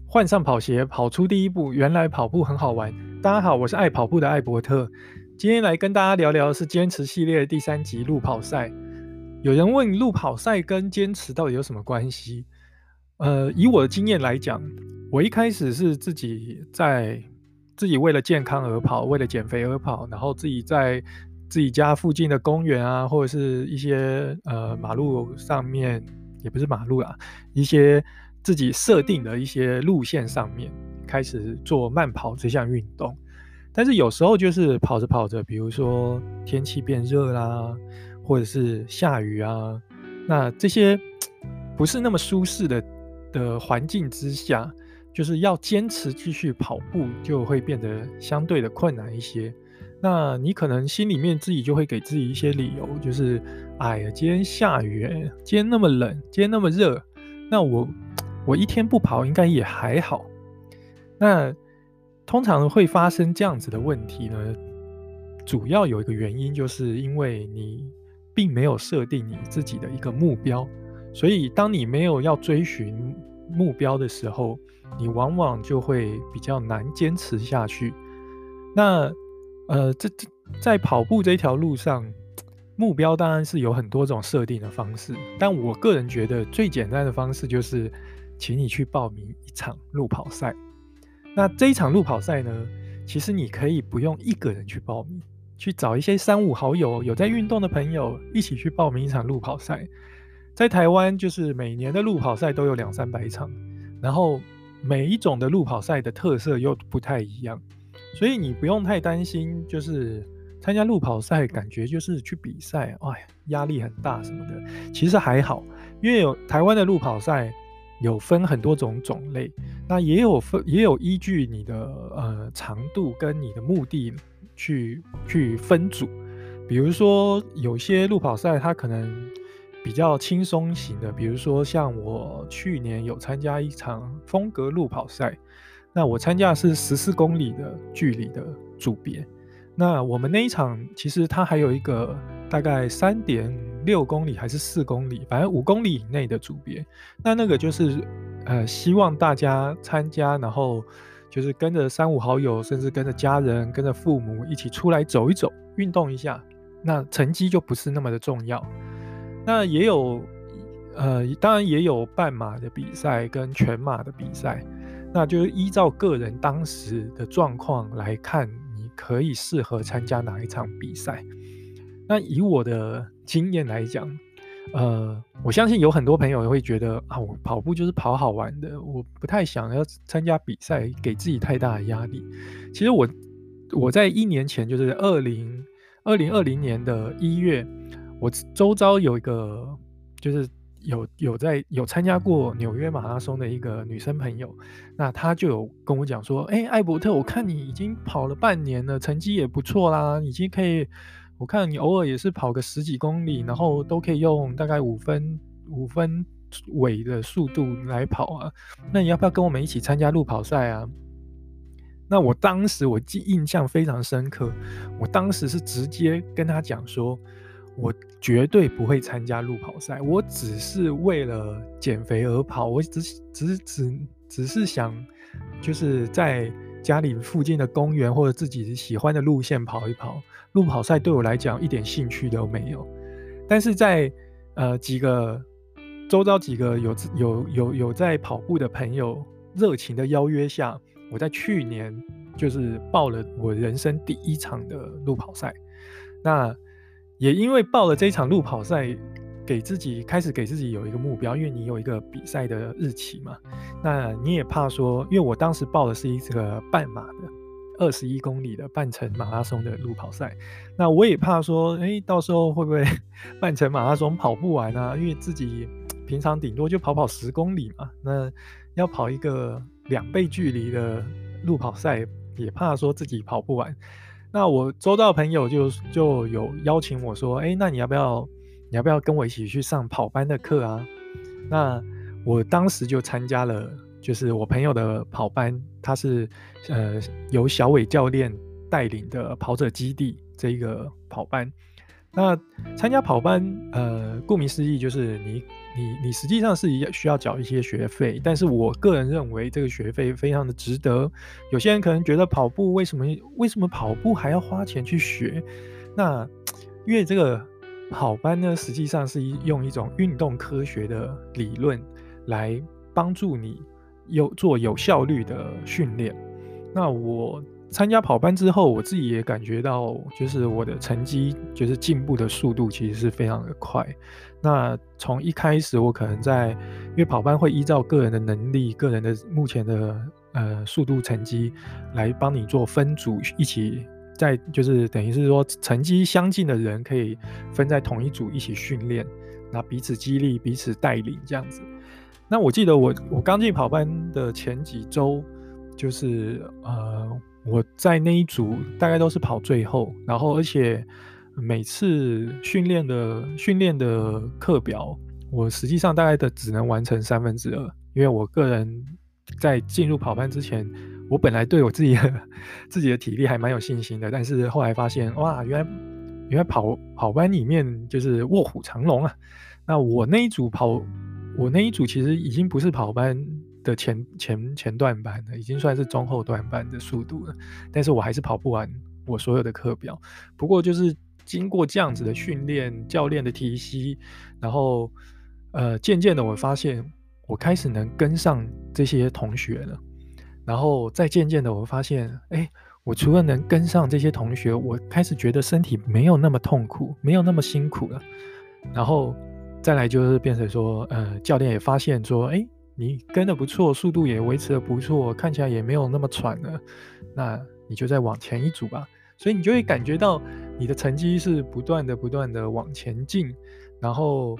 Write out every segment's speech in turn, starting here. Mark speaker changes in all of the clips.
Speaker 1: 换上跑鞋，跑出第一步，原来跑步很好玩。大家好，我是爱跑步的艾伯特，今天来跟大家聊聊的是坚持系列的第3集路跑赛。有人问路跑赛跟坚持到底有什么关系？以我的经验来讲，我一开始是自己为了健康而跑，为了减肥而跑，然后自己在自己家附近的公园啊，或者是一些马路上面，也不是马路啦，一些自己设定的一些路线上面开始做慢跑这项运动。但是有时候就是跑着跑着，比如说天气变热啦，或者是下雨啊，那这些不是那么舒适的环境之下，就是要坚持继续跑步就会变得相对的困难一些。那你可能心里面自己就会给自己一些理由，就是哎呀，今天下雨今天那么冷，今天那么热，那我一天不跑应该也还好。那通常会发生这样子的问题呢，主要有一个原因，就是因为你并没有设定你自己的一个目标，所以当你没有要追寻目标的时候，你往往就会比较难坚持下去。那在跑步这条路上，目标当然是有很多种设定的方式，但我个人觉得最简单的方式就是请你去报名一场路跑赛。那这一场路跑赛呢，其实你可以不用一个人去报名，去找一些3、5好友，有在运动的朋友一起去报名一场路跑赛。在台湾，就是每年的路跑赛都有200-300场，然后每一种的路跑赛的特色又不太一样，所以你不用太担心，就是参加路跑赛感觉就是去比赛，哎，压力很大什么的。其实还好，因为台湾的路跑赛有分很多种种类，那也有依据你的长度跟你的目的去分组。比如说有些路跑赛它可能比较轻松型的，比如说像我去年有参加一场风格路跑赛，那我参加的是14公里的距离的组别。那我们那一场其实它还有一个大概3.6公里还是4公里，反正5公里以内的组别。那个就是希望大家参加，然后就是跟着3、5好友，甚至跟着家人、跟着父母一起出来走一走，运动一下。那成绩就不是那么的重要。那也有当然也有半马的比赛跟全马的比赛，那就是依照个人当时的状况来看，你可以适合参加哪一场比赛。那以我的经验来讲，我相信有很多朋友会觉得啊，我跑步就是跑好玩的，我不太想要参加比赛，给自己太大的压力。其实我在1年前，就是2020年的1月，我周遭有一个就是有参加过纽约马拉松的一个女生朋友，那她就有跟我讲说，艾伯特，我看你已经跑了半年了，成绩也不错啦，已经可以，我看你偶尔也是跑个10几公里，然后都可以用大概5分尾的速度来跑啊，那你要不要跟我们一起参加路跑赛啊？那我当时印象非常深刻，我当时是直接跟他讲说，我绝对不会参加路跑赛，我只是为了减肥而跑，我只是想就是在家里附近的公园或者自己喜欢的路线跑一跑，路跑赛对我来讲一点兴趣都没有。但是在周遭几个有在跑步的朋友热情的邀约下，我在去年就是报了我人生第1场的路跑赛。那也因为报了这一场路跑赛，开始给自己有一个目标，因为你有一个比赛的日期嘛。那你也怕说，因为我当时报的是一个半马的21公里的半程马拉松的路跑赛，那我也怕说，到时候会不会半程马拉松跑不完啊？因为自己平常顶多就跑10公里嘛，那要跑一个2倍距离的路跑赛，也怕说自己跑不完。那我周遭的朋友就有邀请我说，那你要不要跟我一起去上跑班的课啊？那我当时就参加了，就是我朋友的跑班，他是由小伟教练带领的跑者基地这一个跑班。 那参加跑班，顾名思义就是你实际上是需要缴一些学费，但是我个人认为这个学费非常的值得。有些人可能觉得跑步为什么跑步还要花钱去学？那因为这个跑班呢，实际上是用一种运动科学的理论来帮助你做有效率的训练。那我参加跑班之后，我自己也感觉到，就是我的成绩，就是进步的速度其实是非常的快。那从一开始，我可能因为跑班会依照个人的能力、个人的目前的速度成绩来帮你做分组，一起就是等于是说成绩相近的人可以分在同一组一起训练，那彼此激励、彼此带领这样子。那我记得我刚进跑班的前几周，就是我在那一组大概都是跑最后，然后而且每次训练的课表，我实际上大概只能完成2/3，因为我个人在进入跑班之前，我本来对我自己的体力还蛮有信心的，但是后来发现，哇，原来跑班里面就是卧虎藏龙啊！那我那一组其实已经不是跑班的前段班了，已经算是中后段班的速度了，但是我还是跑不完我所有的课表。不过就是经过这样子的训练，教练的提携，然后渐渐的我发现我开始能跟上这些同学了，然后再渐渐的我发现，我除了能跟上这些同学，我开始觉得身体没有那么痛苦，没有那么辛苦了。然后再来就是变成说，教练也发现说，你跟得不错，速度也维持得不错，看起来也没有那么喘了，那你就再往前一组吧。所以你就会感觉到你的成绩是不断的往前进，然后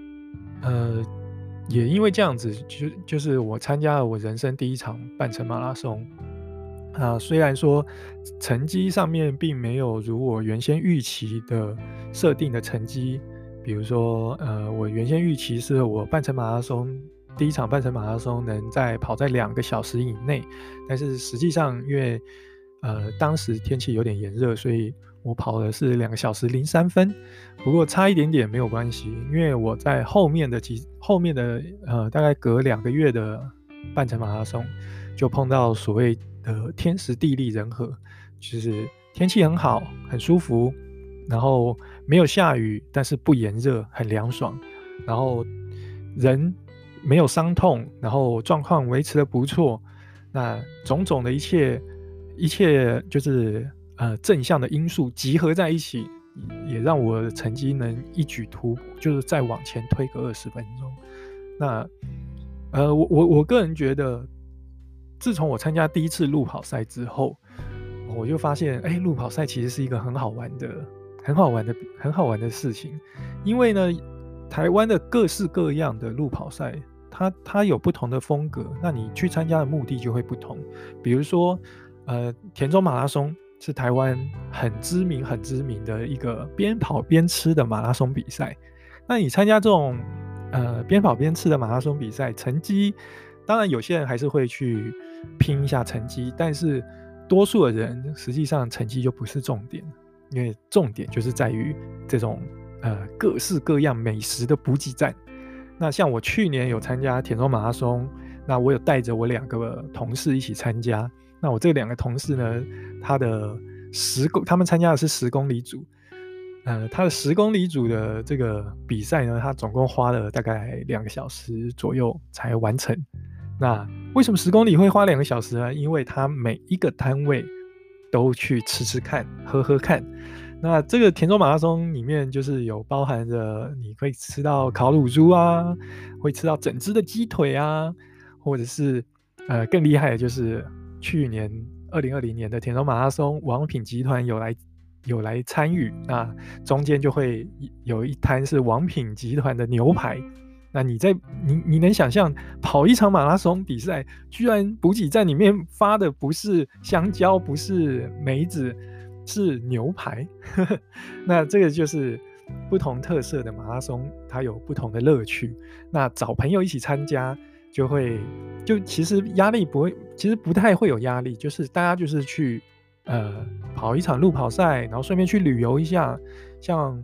Speaker 1: 也因为这样子，就是我参加了我人生第一场半程马拉松。虽然说成绩上面并没有如我原先预期的设定的成绩，比如说我原先预期是我第一场半程马拉松能跑在2个小时以内，但是实际上因为当时天气有点炎热，所以我跑的是2个小时03分，不过差一点点没有关系，因为我在后面的大概隔2个月的半程马拉松就碰到所谓的天时地利人和，就是天气很好，很舒服，然后没有下雨，但是不炎热，很凉爽，然后人没有伤痛，然后状况维持得不错，那种种的一切就是正向的因素集合在一起，也让我的成绩能一举突破，就是再往前推个20分钟。那我个人觉得，自从我参加第一次路跑赛之后，我就发现，路跑赛其实是一个很好玩的事情。因为呢，台湾的各式各样的路跑赛，它有不同的风格，那你去参加的目的就会不同。比如说，田中马拉松是台湾很知名的一个边跑边吃的马拉松比赛。那你参加这种边跑边吃的马拉松比赛，成绩当然有些人还是会去拼一下成绩，但是多数的人实际上成绩就不是重点，因为重点就是在于这种各式各样美食的补给站。那像我去年有参加田中马拉松，那我有带着我2个同事一起参加。那我这2个同事呢，他们参加的是10公里组。他的10公里组的这个比赛呢，他总共花了大概2个小时左右才完成。那为什么10公里会花2个小时呢？因为他每一个摊位都去吃看、喝看。那这个田中马拉松里面就是有包含着你可以吃到烤乳猪啊，会吃到整只的鸡腿啊，或者是更厉害的就是去年2020年的田中马拉松，王品集团有来参与，那中间就会有一摊是王品集团的牛排。那你能想象跑一场马拉松比赛，居然补给站里面发的不是香蕉，不是梅子，是牛排？那这个就是不同特色的马拉松，它有不同的乐趣。那找朋友一起参加，其实压力其实不太会有压力，就是大家就是去跑一场路跑赛，然后顺便去旅游一下。像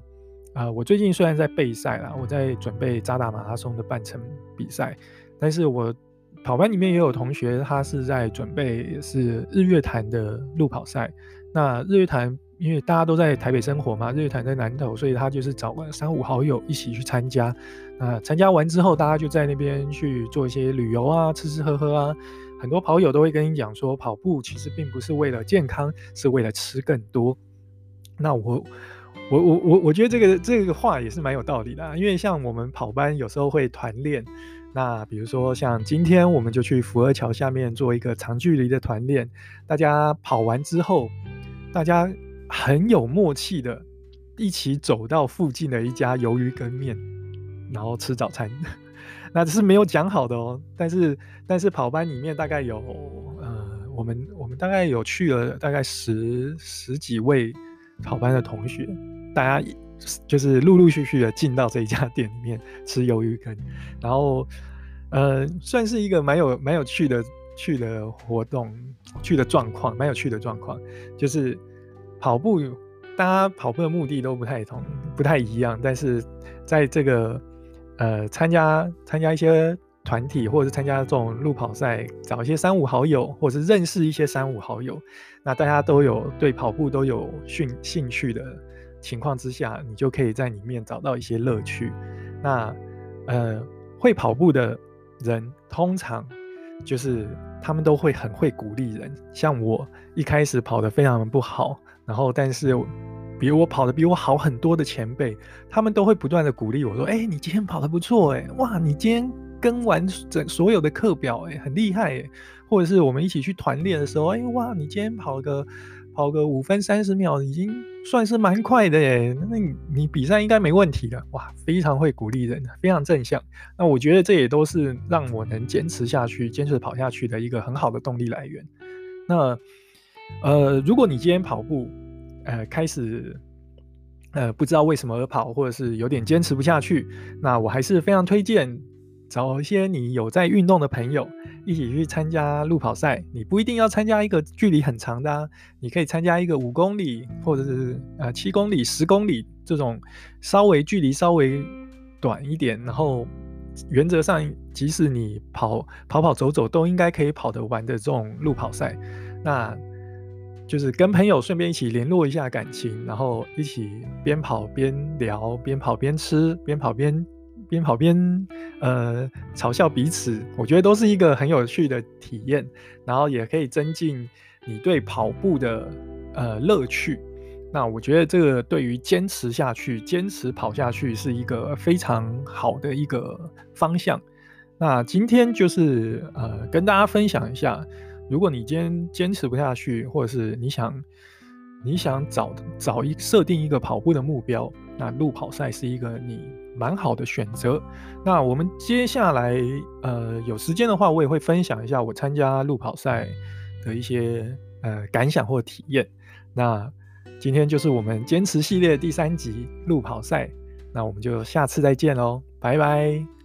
Speaker 1: 我最近虽然在备赛啦，我在准备渣打马拉松的半程比赛，但是我跑班里面也有同学，他是在准备是日月潭的路跑赛。那日月潭因为大家都在台北生活嘛，日月潭在南投，所以他就是找了3、5好友一起去参加。那参加完之后，大家就在那边去做一些旅游啊，吃吃喝喝啊。很多跑友都会跟你讲说，跑步其实并不是为了健康，是为了吃更多。那我觉得这个话也是蛮有道理的啊，因为像我们跑班有时候会团练，那比如说像今天我们就去福和桥下面做一个长距离的团练，大家跑完之后，大家很有默契的一起走到附近的一家鱿鱼羹面，然后吃早餐。那这是没有讲好的哦，但是跑班里面大概有我们大概有去了大概十几位跑班的同学，大家就是陆陆续续的进到这一家店里面吃鱿鱼羹，然后算是一个蛮有趣的活动，状况，蛮有趣的状况，就是跑步，大家跑步的目的都不太一样，但是在这个参加一些团体，或者是参加这种路跑赛，找一些3、5好友，或者是认识一些3、5好友，那大家都有对跑步都有兴趣的情况之下，你就可以在里面找到一些乐趣。那会跑步的人通常就是他们都会很会鼓励人，像我一开始跑得非常的不好，然后但是比我跑得比我好很多的前辈，他们都会不断的鼓励我说，你今天跑得不错，哇，你今天跟完所有的课表，很厉害，或者是我们一起去团练的时候，哇，你今天跑个5分30秒，已经算是蛮快的耶，那你比赛应该没问题的，哇，非常会鼓励人，非常正向。那我觉得这也都是让我能坚持跑下去的一个很好的动力来源。那如果你今天跑步开始不知道为什么而跑，或者是有点坚持不下去，那我还是非常推荐找一些你有在运动的朋友一起去参加路跑赛。你不一定要参加一个距离很长的你可以参加一个5公里或者是7公里、10公里这种距离稍微短一点，然后原则上即使你跑走走都应该可以跑得完的这种路跑赛。那就是跟朋友顺便一起联络一下感情，然后一起边跑边聊，边跑边吃，边跑边嘲笑彼此，我觉得都是一个很有趣的体验，然后也可以增进你对跑步的乐趣。那我觉得这个对于坚持跑下去是一个非常好的一个方向。那今天就是跟大家分享一下，如果你今天坚持不下去，或者是你想设定一个跑步的目标，那路跑赛是一个你蛮好的选择。那我们接下来有时间的话，我也会分享一下我参加路跑赛的一些感想或体验。那今天就是我们坚持系列第3集路跑赛，那我们就下次再见咯，拜拜。